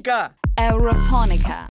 Eurofonica! Eurofonica.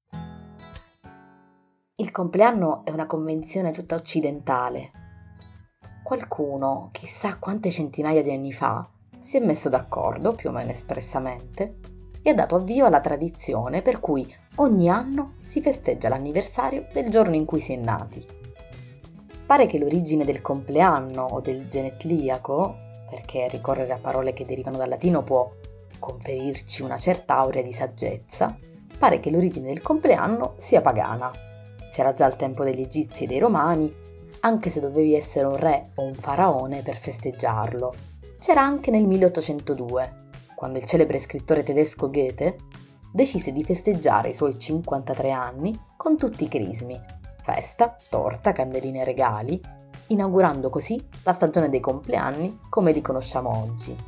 Il compleanno è una convenzione tutta occidentale. Qualcuno, chissà quante centinaia di anni fa, si è messo d'accordo, più o meno espressamente, e ha dato avvio alla tradizione per cui ogni anno si festeggia l'anniversario del giorno in cui si è nati. Pare che l'origine del compleanno o del genetliaco, perché ricorrere a parole che derivano dal latino può conferirci una certa aurea di saggezza, pare che l'origine del compleanno sia pagana. C'era già al tempo degli Egizi e dei Romani, anche se dovevi essere un re o un faraone per festeggiarlo. C'era anche nel 1802, quando il celebre scrittore tedesco Goethe decise di festeggiare i suoi 53 anni con tutti i crismi, festa, torta, candeline e regali, inaugurando così la stagione dei compleanni come li conosciamo oggi.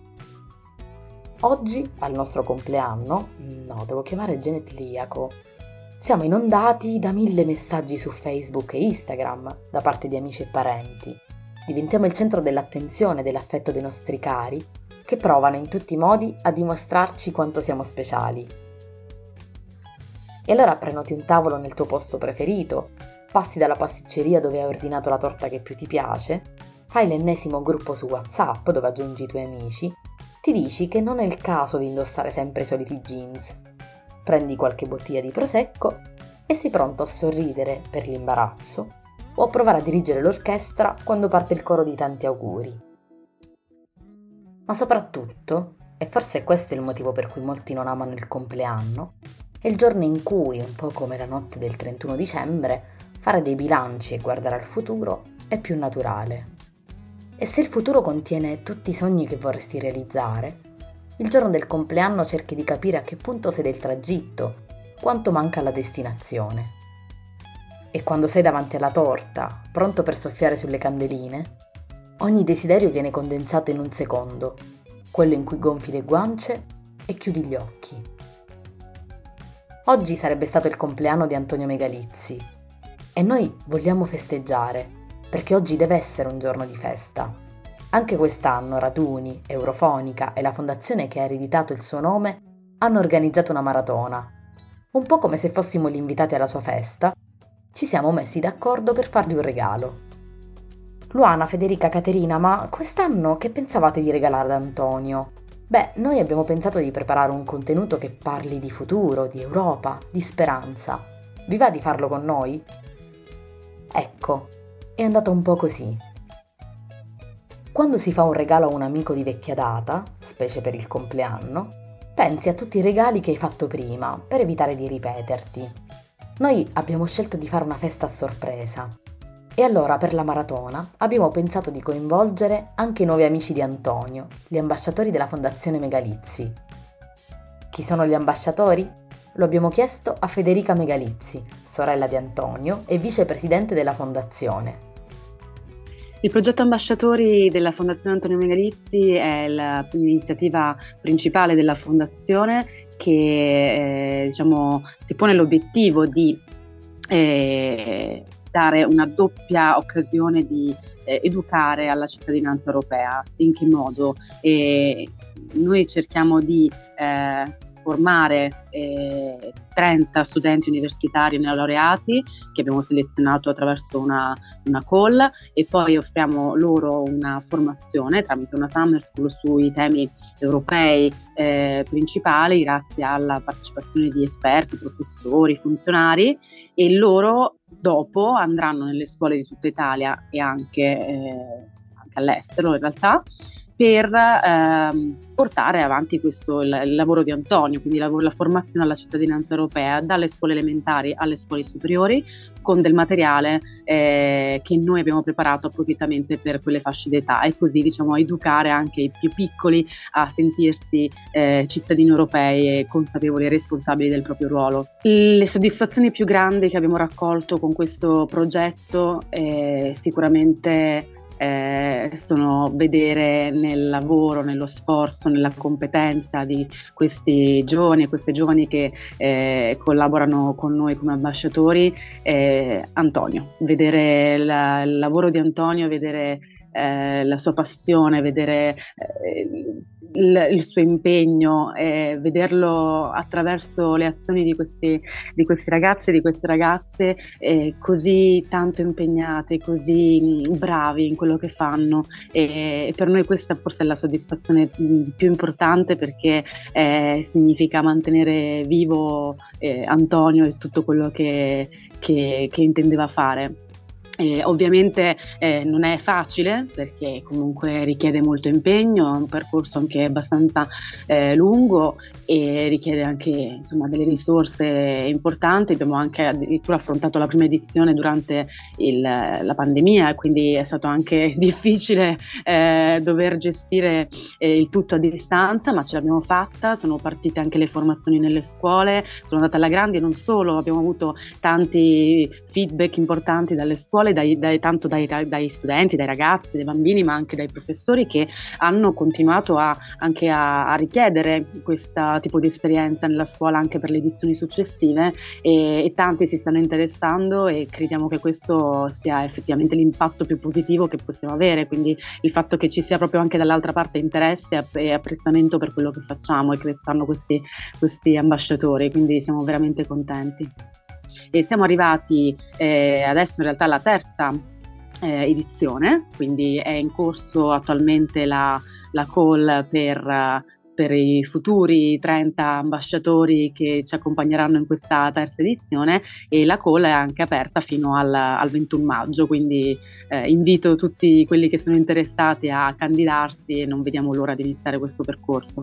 Oggi, al nostro compleanno, no, devo chiamare genetliaco, siamo inondati da 1000 messaggi su Facebook e Instagram da parte di amici e parenti. Diventiamo il centro dell'attenzione e dell'affetto dei nostri cari, che provano in tutti i modi a dimostrarci quanto siamo speciali. E allora prenoti un tavolo nel tuo posto preferito, passi dalla pasticceria dove hai ordinato la torta che più ti piace, fai l'ennesimo gruppo su WhatsApp dove aggiungi i tuoi amici, ti dici che non è il caso di indossare sempre i soliti jeans. Prendi qualche bottiglia di prosecco e sei pronto a sorridere per l'imbarazzo o a provare a dirigere l'orchestra quando parte il coro di tanti auguri. Ma soprattutto, e forse questo è il motivo per cui molti non amano il compleanno, è il giorno in cui, un po' come la notte del 31 dicembre, fare dei bilanci e guardare al futuro è più naturale. E se il futuro contiene tutti i sogni che vorresti realizzare, il giorno del compleanno cerchi di capire a che punto sei del tragitto, quanto manca alla destinazione. E quando sei davanti alla torta, pronto per soffiare sulle candeline, ogni desiderio viene condensato in un secondo, quello in cui gonfi le guance e chiudi gli occhi. Oggi sarebbe stato il compleanno di Antonio Megalizzi e noi vogliamo festeggiare, perché oggi deve essere un giorno di festa. Anche quest'anno Raduni, Eurofonica e la fondazione che ha ereditato il suo nome hanno organizzato una maratona. Un po' come se fossimo gli invitati alla sua festa, ci siamo messi d'accordo per fargli un regalo. Luana, Federica, Caterina, ma quest'anno che pensavate di regalare ad Antonio? Beh, noi abbiamo pensato di preparare un contenuto che parli di futuro, di Europa, di speranza. Vi va di farlo con noi? Ecco, è andato un po' così. Quando si fa un regalo a un amico di vecchia data, specie per il compleanno, pensi a tutti i regali che hai fatto prima per evitare di ripeterti. Noi abbiamo scelto di fare una festa a sorpresa e allora per la maratona abbiamo pensato di coinvolgere anche i nuovi amici di Antonio, gli ambasciatori della Fondazione Megalizzi. Chi sono gli ambasciatori? Lo abbiamo chiesto a Federica Megalizzi, sorella di Antonio e vicepresidente della fondazione. Il progetto Ambasciatori della Fondazione Antonio Megalizzi è l'iniziativa principale della fondazione che si pone l'obiettivo di dare una doppia occasione di educare alla cittadinanza europea. In che modo? Noi cerchiamo di formare 30 studenti universitari neolaureati che abbiamo selezionato attraverso una call e poi offriamo loro una formazione tramite una summer school sui temi europei principali grazie alla partecipazione di esperti, professori, funzionari e loro dopo andranno nelle scuole di tutta Italia e anche all'estero in realtà per portare avanti il lavoro di Antonio, quindi la formazione alla cittadinanza europea dalle scuole elementari alle scuole superiori con del materiale che noi abbiamo preparato appositamente per quelle fasce d'età e così educare anche i più piccoli a sentirsi cittadini europei e consapevoli e responsabili del proprio ruolo. Le soddisfazioni più grandi che abbiamo raccolto con questo progetto sicuramente sono vedere nel lavoro, nello sforzo, nella competenza di questi giovani e queste giovani che collaborano con noi come ambasciatori, Antonio, vedere il lavoro di Antonio, vedere la sua passione, vedere il suo impegno, vederlo attraverso le azioni di questi ragazzi e di queste ragazze così tanto impegnati, così bravi in quello che fanno, e per noi questa forse è la soddisfazione più importante, perché significa mantenere vivo Antonio e tutto quello che intendeva fare. Ovviamente non è facile, perché comunque richiede molto impegno, è un percorso anche abbastanza lungo, e richiede anche, insomma, delle risorse importanti. Abbiamo anche addirittura affrontato la prima edizione durante la pandemia, quindi è stato anche difficile dover gestire il tutto a distanza, ma ce l'abbiamo fatta. Sono partite anche le formazioni nelle scuole, sono andate alla grande, non solo, abbiamo avuto tanti feedback importanti dalle scuole, tanto dai studenti, dai ragazzi, dai bambini, ma anche dai professori, che hanno continuato anche a richiedere questo tipo di esperienza nella scuola anche per le edizioni successive, e tanti si stanno interessando, e crediamo che questo sia effettivamente l'impatto più positivo che possiamo avere, quindi il fatto che ci sia proprio anche dall'altra parte interesse e apprezzamento per quello che facciamo e che fanno questi ambasciatori, quindi siamo veramente contenti. E siamo arrivati adesso in realtà alla terza edizione, quindi è in corso attualmente la call per i futuri 30 ambasciatori che ci accompagneranno in questa terza edizione, e la call è anche aperta fino al 21 maggio, quindi invito tutti quelli che sono interessati a candidarsi, e non vediamo l'ora di iniziare questo percorso.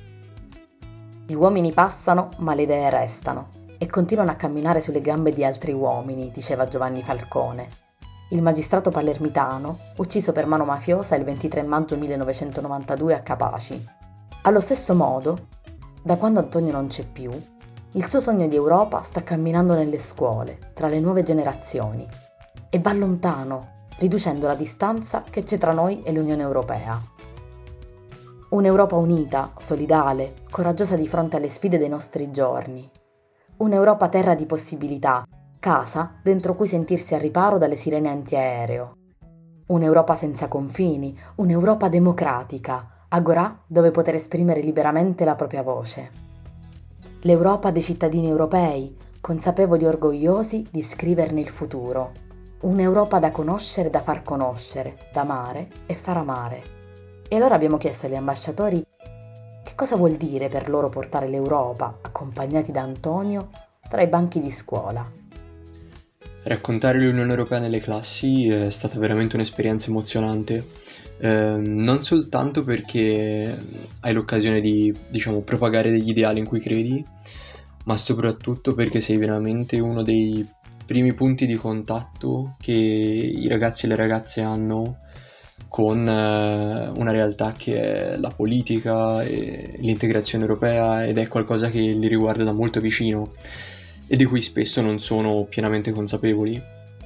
Gli uomini passano, ma le idee restano e continuano a camminare sulle gambe di altri uomini, diceva Giovanni Falcone, il magistrato palermitano ucciso per mano mafiosa il 23 maggio 1992 a Capaci. Allo stesso modo, da quando Antonio non c'è più, il suo sogno di Europa sta camminando nelle scuole, tra le nuove generazioni, e va lontano, riducendo la distanza che c'è tra noi e l'Unione Europea. Un'Europa unita, solidale, coraggiosa di fronte alle sfide dei nostri giorni. Un'Europa terra di possibilità, casa dentro cui sentirsi al riparo dalle sirene antiaereo. Un'Europa senza confini, un'Europa democratica, agorà dove poter esprimere liberamente la propria voce. L'Europa dei cittadini europei, consapevoli e orgogliosi di scriverne il futuro. Un'Europa da conoscere e da far conoscere, da amare e far amare. E allora abbiamo chiesto agli ambasciatori che cosa vuol dire per loro portare l'Europa, accompagnati da Antonio, tra i banchi di scuola. Raccontare l'Unione Europea nelle classi è stata veramente un'esperienza emozionante, non soltanto perché hai l'occasione di, propagare degli ideali in cui credi, ma soprattutto perché sei veramente uno dei primi punti di contatto che i ragazzi e le ragazze hanno con una realtà che è la politica e l'integrazione europea, ed è qualcosa che li riguarda da molto vicino e di cui spesso non sono pienamente consapevoli.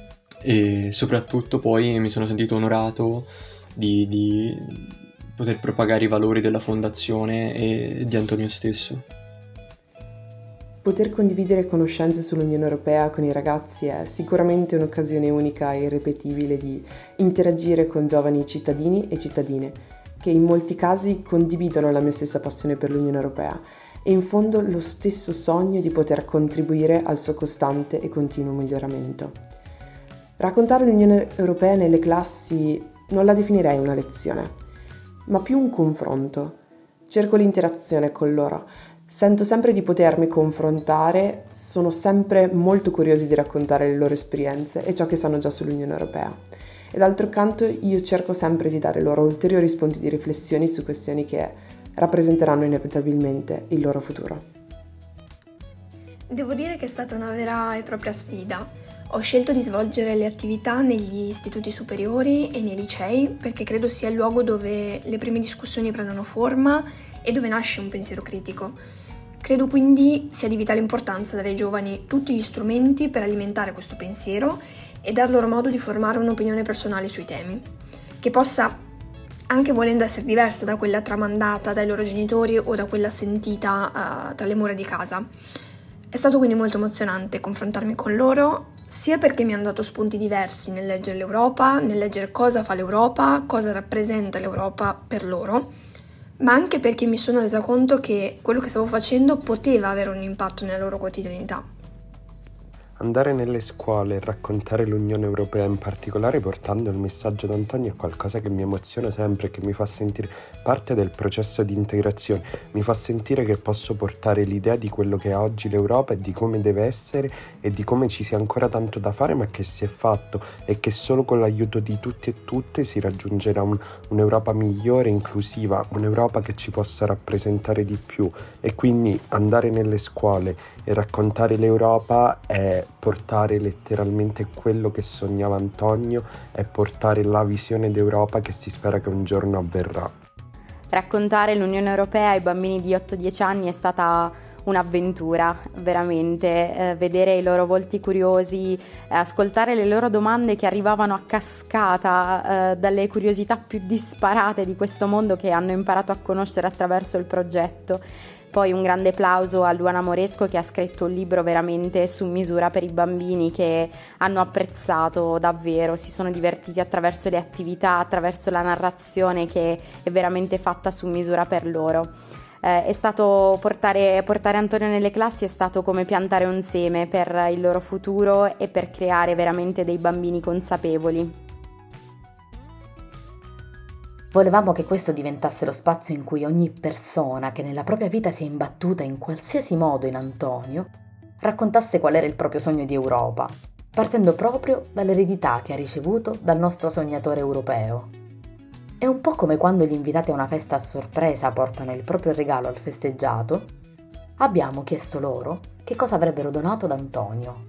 E soprattutto poi mi sono sentito onorato di poter propagare i valori della fondazione e di Antonio stesso. Poter condividere conoscenze sull'Unione Europea con i ragazzi è sicuramente un'occasione unica e irripetibile di interagire con giovani cittadini e cittadine che in molti casi condividono la mia stessa passione per l'Unione Europea e in fondo lo stesso sogno di poter contribuire al suo costante e continuo miglioramento. Raccontare l'Unione Europea nelle classi non la definirei una lezione, ma più un confronto. Cerco l'interazione con loro. Sento sempre di potermi confrontare, sono sempre molto curiosi di raccontare le loro esperienze e ciò che sanno già sull'Unione Europea. E d'altro canto io cerco sempre di dare loro ulteriori spunti di riflessione su questioni che rappresenteranno inevitabilmente il loro futuro. Devo dire che è stata una vera e propria sfida. Ho scelto di svolgere le attività negli istituti superiori e nei licei perché credo sia il luogo dove le prime discussioni prendono forma e dove nasce un pensiero critico. Credo quindi sia di vitale importanza dare ai giovani tutti gli strumenti per alimentare questo pensiero e dar loro modo di formare un'opinione personale sui temi, che possa, anche volendo essere diversa da quella tramandata dai loro genitori o da quella sentita tra le mura di casa. È stato quindi molto emozionante confrontarmi con loro, sia perché mi hanno dato spunti diversi nel leggere l'Europa, nel leggere cosa fa l'Europa, cosa rappresenta l'Europa per loro, ma anche perché mi sono resa conto che quello che stavo facendo poteva avere un impatto nella loro quotidianità. Andare nelle scuole e raccontare l'Unione Europea, in particolare portando il messaggio d'Antonio, è qualcosa che mi emoziona sempre e che mi fa sentire parte del processo di integrazione. Mi fa sentire che posso portare l'idea di quello che è oggi l'Europa e di come deve essere e di come ci sia ancora tanto da fare, ma che si è fatto e che solo con l'aiuto di tutti e tutte si raggiungerà un'Europa migliore, inclusiva, un'Europa che ci possa rappresentare di più. E quindi andare nelle scuole e raccontare l'Europa è portare letteralmente quello che sognava Antonio, è portare la visione d'Europa che si spera che un giorno avverrà. Raccontare l'Unione Europea ai bambini di 8-10 anni è stata un'avventura, veramente. Vedere i loro volti curiosi, ascoltare le loro domande che arrivavano a cascata dalle curiosità più disparate di questo mondo che hanno imparato a conoscere attraverso il progetto. Poi un grande plauso a Luana Moresco, che ha scritto un libro veramente su misura per i bambini, che hanno apprezzato davvero, si sono divertiti attraverso le attività, attraverso la narrazione che è veramente fatta su misura per loro. È stato portare Antonio nelle classi è stato come piantare un seme per il loro futuro e per creare veramente dei bambini consapevoli. Volevamo che questo diventasse lo spazio in cui ogni persona che nella propria vita si è imbattuta in qualsiasi modo in Antonio raccontasse qual era il proprio sogno di Europa, partendo proprio dall'eredità che ha ricevuto dal nostro sognatore europeo. È un po' come quando gli invitati a una festa a sorpresa portano il proprio regalo al festeggiato. Abbiamo chiesto loro che cosa avrebbero donato ad Antonio.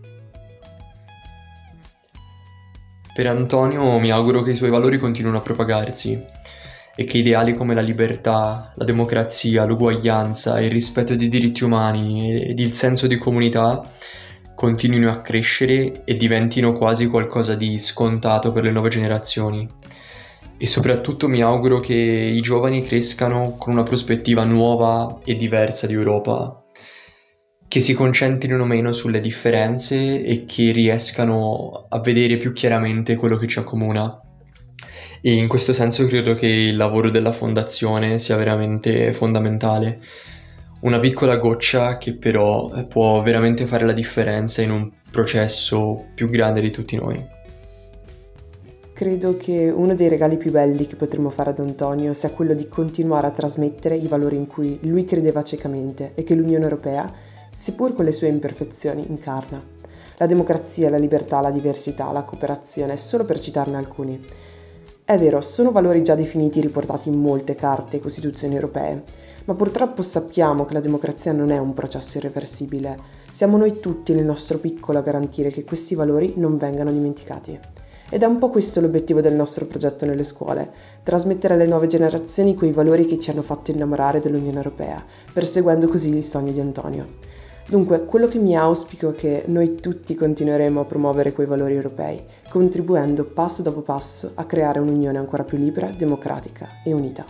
Per Antonio mi auguro che i suoi valori continuino a propagarsi e che ideali come la libertà, la democrazia, l'uguaglianza, il rispetto dei diritti umani ed il senso di comunità continuino a crescere e diventino quasi qualcosa di scontato per le nuove generazioni. E soprattutto mi auguro che i giovani crescano con una prospettiva nuova e diversa di Europa, che si concentrino meno sulle differenze e che riescano a vedere più chiaramente quello che ci accomuna. E in questo senso credo che il lavoro della fondazione sia veramente fondamentale. Una piccola goccia che però può veramente fare la differenza in un processo più grande di tutti noi. Credo che uno dei regali più belli che potremmo fare ad Antonio sia quello di continuare a trasmettere i valori in cui lui credeva ciecamente e che l'Unione Europea, seppur con le sue imperfezioni, incarna. La democrazia, la libertà, la diversità, la cooperazione, solo per citarne alcuni. È vero, sono valori già definiti e riportati in molte carte e costituzioni europee, ma purtroppo sappiamo che la democrazia non è un processo irreversibile. Siamo noi tutti nel nostro piccolo a garantire che questi valori non vengano dimenticati. Ed è un po' questo l'obiettivo del nostro progetto nelle scuole, trasmettere alle nuove generazioni quei valori che ci hanno fatto innamorare dell'Unione Europea, perseguendo così il sogno di Antonio. Dunque, quello che mi auspico è che noi tutti continueremo a promuovere quei valori europei, contribuendo passo dopo passo a creare un'unione ancora più libera, democratica e unita.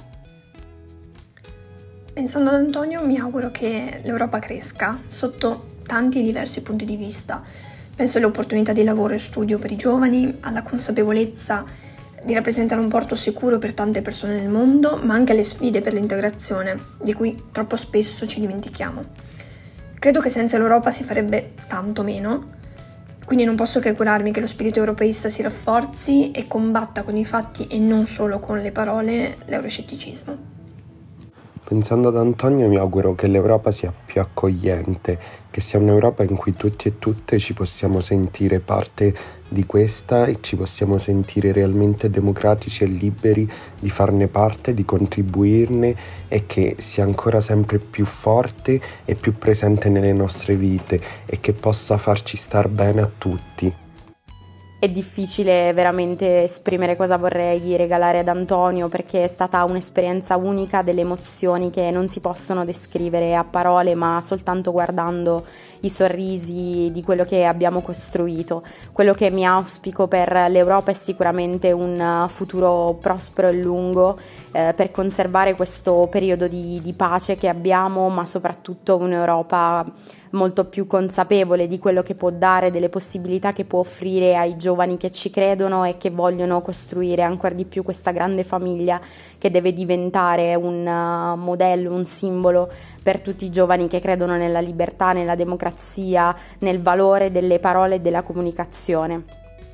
Pensando ad Antonio, mi auguro che l'Europa cresca sotto tanti diversi punti di vista. Penso alle opportunità di lavoro e studio per i giovani, alla consapevolezza di rappresentare un porto sicuro per tante persone nel mondo, ma anche alle sfide per l'integrazione, di cui troppo spesso ci dimentichiamo. Credo che senza l'Europa si farebbe tanto meno, quindi non posso che augurarmi che lo spirito europeista si rafforzi e combatta con i fatti e non solo con le parole l'euroscetticismo. Pensando ad Antonio mi auguro che l'Europa sia più accogliente, che sia un'Europa in cui tutti e tutte ci possiamo sentire parte di questa e ci possiamo sentire realmente democratici e liberi di farne parte, di contribuirne e che sia ancora sempre più forte e più presente nelle nostre vite e che possa farci star bene a tutti. È difficile veramente esprimere cosa vorrei regalare ad Antonio, perché è stata un'esperienza unica, delle emozioni che non si possono descrivere a parole, ma soltanto guardando i sorrisi di quello che abbiamo costruito. Quello che mi auspico per l'Europa è sicuramente un futuro prospero e lungo, per conservare questo periodo di pace che abbiamo, ma soprattutto un'Europa molto più consapevole di quello che può dare, delle possibilità che può offrire ai giovani che ci credono e che vogliono costruire ancora di più questa grande famiglia che deve diventare un modello, un simbolo per tutti i giovani che credono nella libertà, nella democrazia, nel valore delle parole e della comunicazione.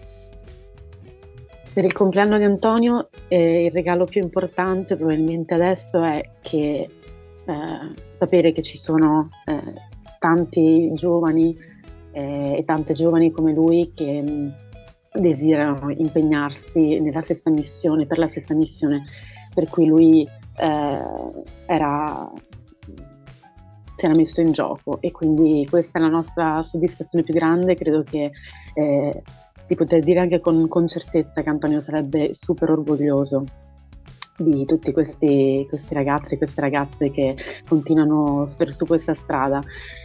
Per il compleanno di Antonio il regalo più importante probabilmente adesso è che sapere che ci sono tanti giovani e tante giovani come lui che desiderano impegnarsi nella stessa missione, per la stessa missione per cui lui si era messo in gioco, e quindi questa è la nostra soddisfazione più grande. Credo che di poter dire anche con certezza che Antonio sarebbe super orgoglioso di tutti questi ragazzi e queste ragazze che continuano su questa strada.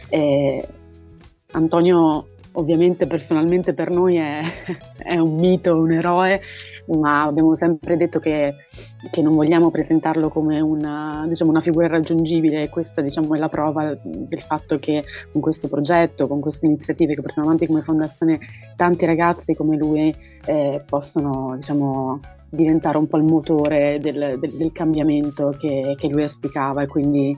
Antonio ovviamente personalmente per noi è un mito, un eroe, ma abbiamo sempre detto che non vogliamo presentarlo come una figura irraggiungibile, e questa è la prova del fatto che con questo progetto, con queste iniziative che portiamo avanti come fondazione, tanti ragazzi come lui possono diventare un po' il motore del cambiamento che lui auspicava. E quindi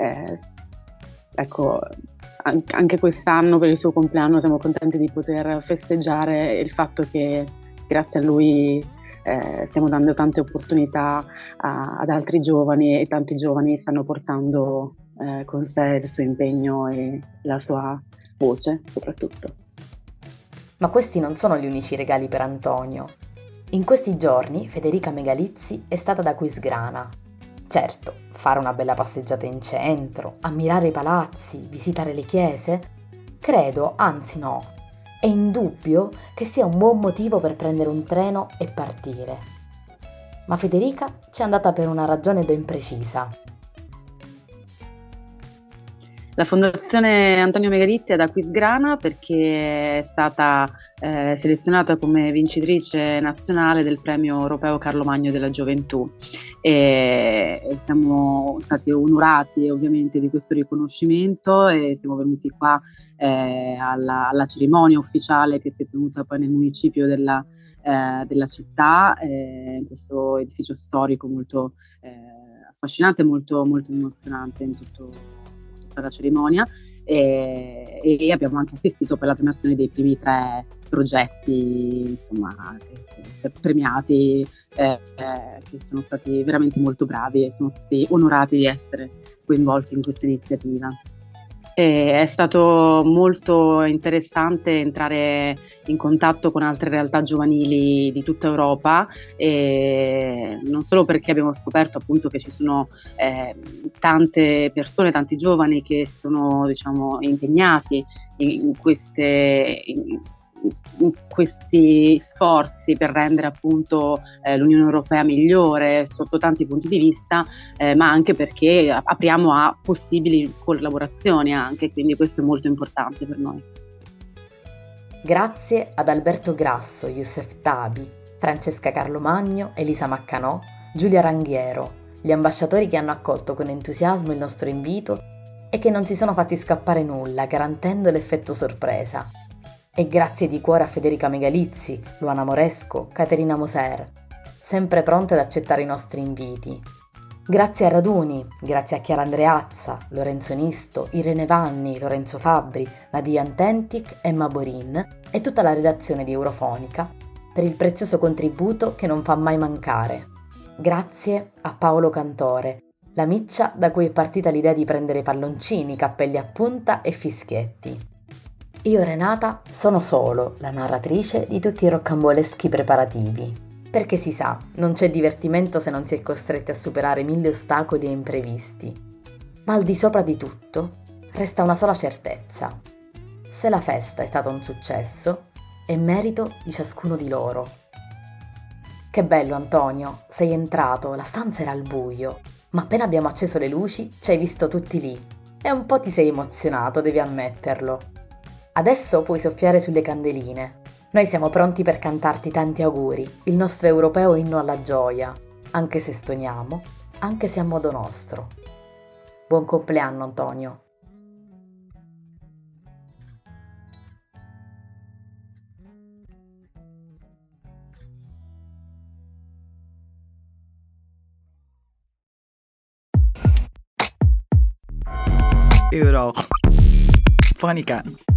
ecco, anche quest'anno per il suo compleanno siamo contenti di poter festeggiare il fatto che grazie a lui stiamo dando tante opportunità ad altri giovani, e tanti giovani stanno portando con sé il suo impegno e la sua voce soprattutto. Ma questi non sono gli unici regali per Antonio. In questi giorni Federica Megalizzi è stata da Aquisgrana. Certo, fare una bella passeggiata in centro, ammirare i palazzi, visitare le chiese, credo, anzi no, è indubbio che sia un buon motivo per prendere un treno e partire. Ma Federica ci è andata per una ragione ben precisa. La Fondazione Antonio Megalizzi è ad Aquisgrana perché è stata selezionata come vincitrice nazionale del premio europeo Carlo Magno della gioventù, e siamo stati onorati ovviamente di questo riconoscimento, e siamo venuti qua alla cerimonia ufficiale che si è tenuta poi nel municipio della città, in questo edificio storico molto affascinante, molto, molto emozionante in tutta la cerimonia, e abbiamo anche assistito per la premiazione dei primi 3 progetti premiati, che sono stati veramente molto bravi e sono stati onorati di essere coinvolti in questa iniziativa. È stato molto interessante entrare in contatto con altre realtà giovanili di tutta Europa, e non solo perché abbiamo scoperto appunto che ci sono tante persone, tanti giovani che sono impegnati in questi sforzi per rendere appunto l'Unione Europea migliore sotto tanti punti di vista, ma anche perché apriamo a possibili collaborazioni anche, quindi questo è molto importante per noi. Grazie ad Alberto Grasso, Youssef Tabi, Francesca Carlomagno, Elisa Maccanò, Giulia Ranghiero, gli ambasciatori che hanno accolto con entusiasmo il nostro invito e che non si sono fatti scappare nulla, garantendo l'effetto sorpresa. E grazie di cuore a Federica Megalizzi, Luana Moresco, Caterina Moser, sempre pronte ad accettare i nostri inviti. Grazie a Raduni, grazie a Chiara Andreazza, Lorenzo Nisto, Irene Vanni, Lorenzo Fabbri, Nadia Antentic, Emma Borin e tutta la redazione di Eurofonica per il prezioso contributo che non fa mai mancare. Grazie a Paolo Cantore, la miccia da cui è partita l'idea di prendere palloncini, cappelli a punta e fischietti. Io, Renata, sono solo la narratrice di tutti i roccamboleschi preparativi, perché si sa, non c'è divertimento se non si è costretti a superare 1000 ostacoli e imprevisti. Ma al di sopra di tutto resta una sola certezza: se la festa è stata un successo, è merito di ciascuno di loro. Che bello, Antonio, sei entrato, la stanza era al buio, ma appena abbiamo acceso le luci ci hai visto tutti lì e un po' ti sei emozionato, devi ammetterlo. Adesso puoi soffiare sulle candeline. Noi siamo pronti per cantarti tanti auguri, il nostro europeo inno alla gioia, anche se stoniamo, anche se a modo nostro. Buon compleanno, Antonio. Euro. Funny cat.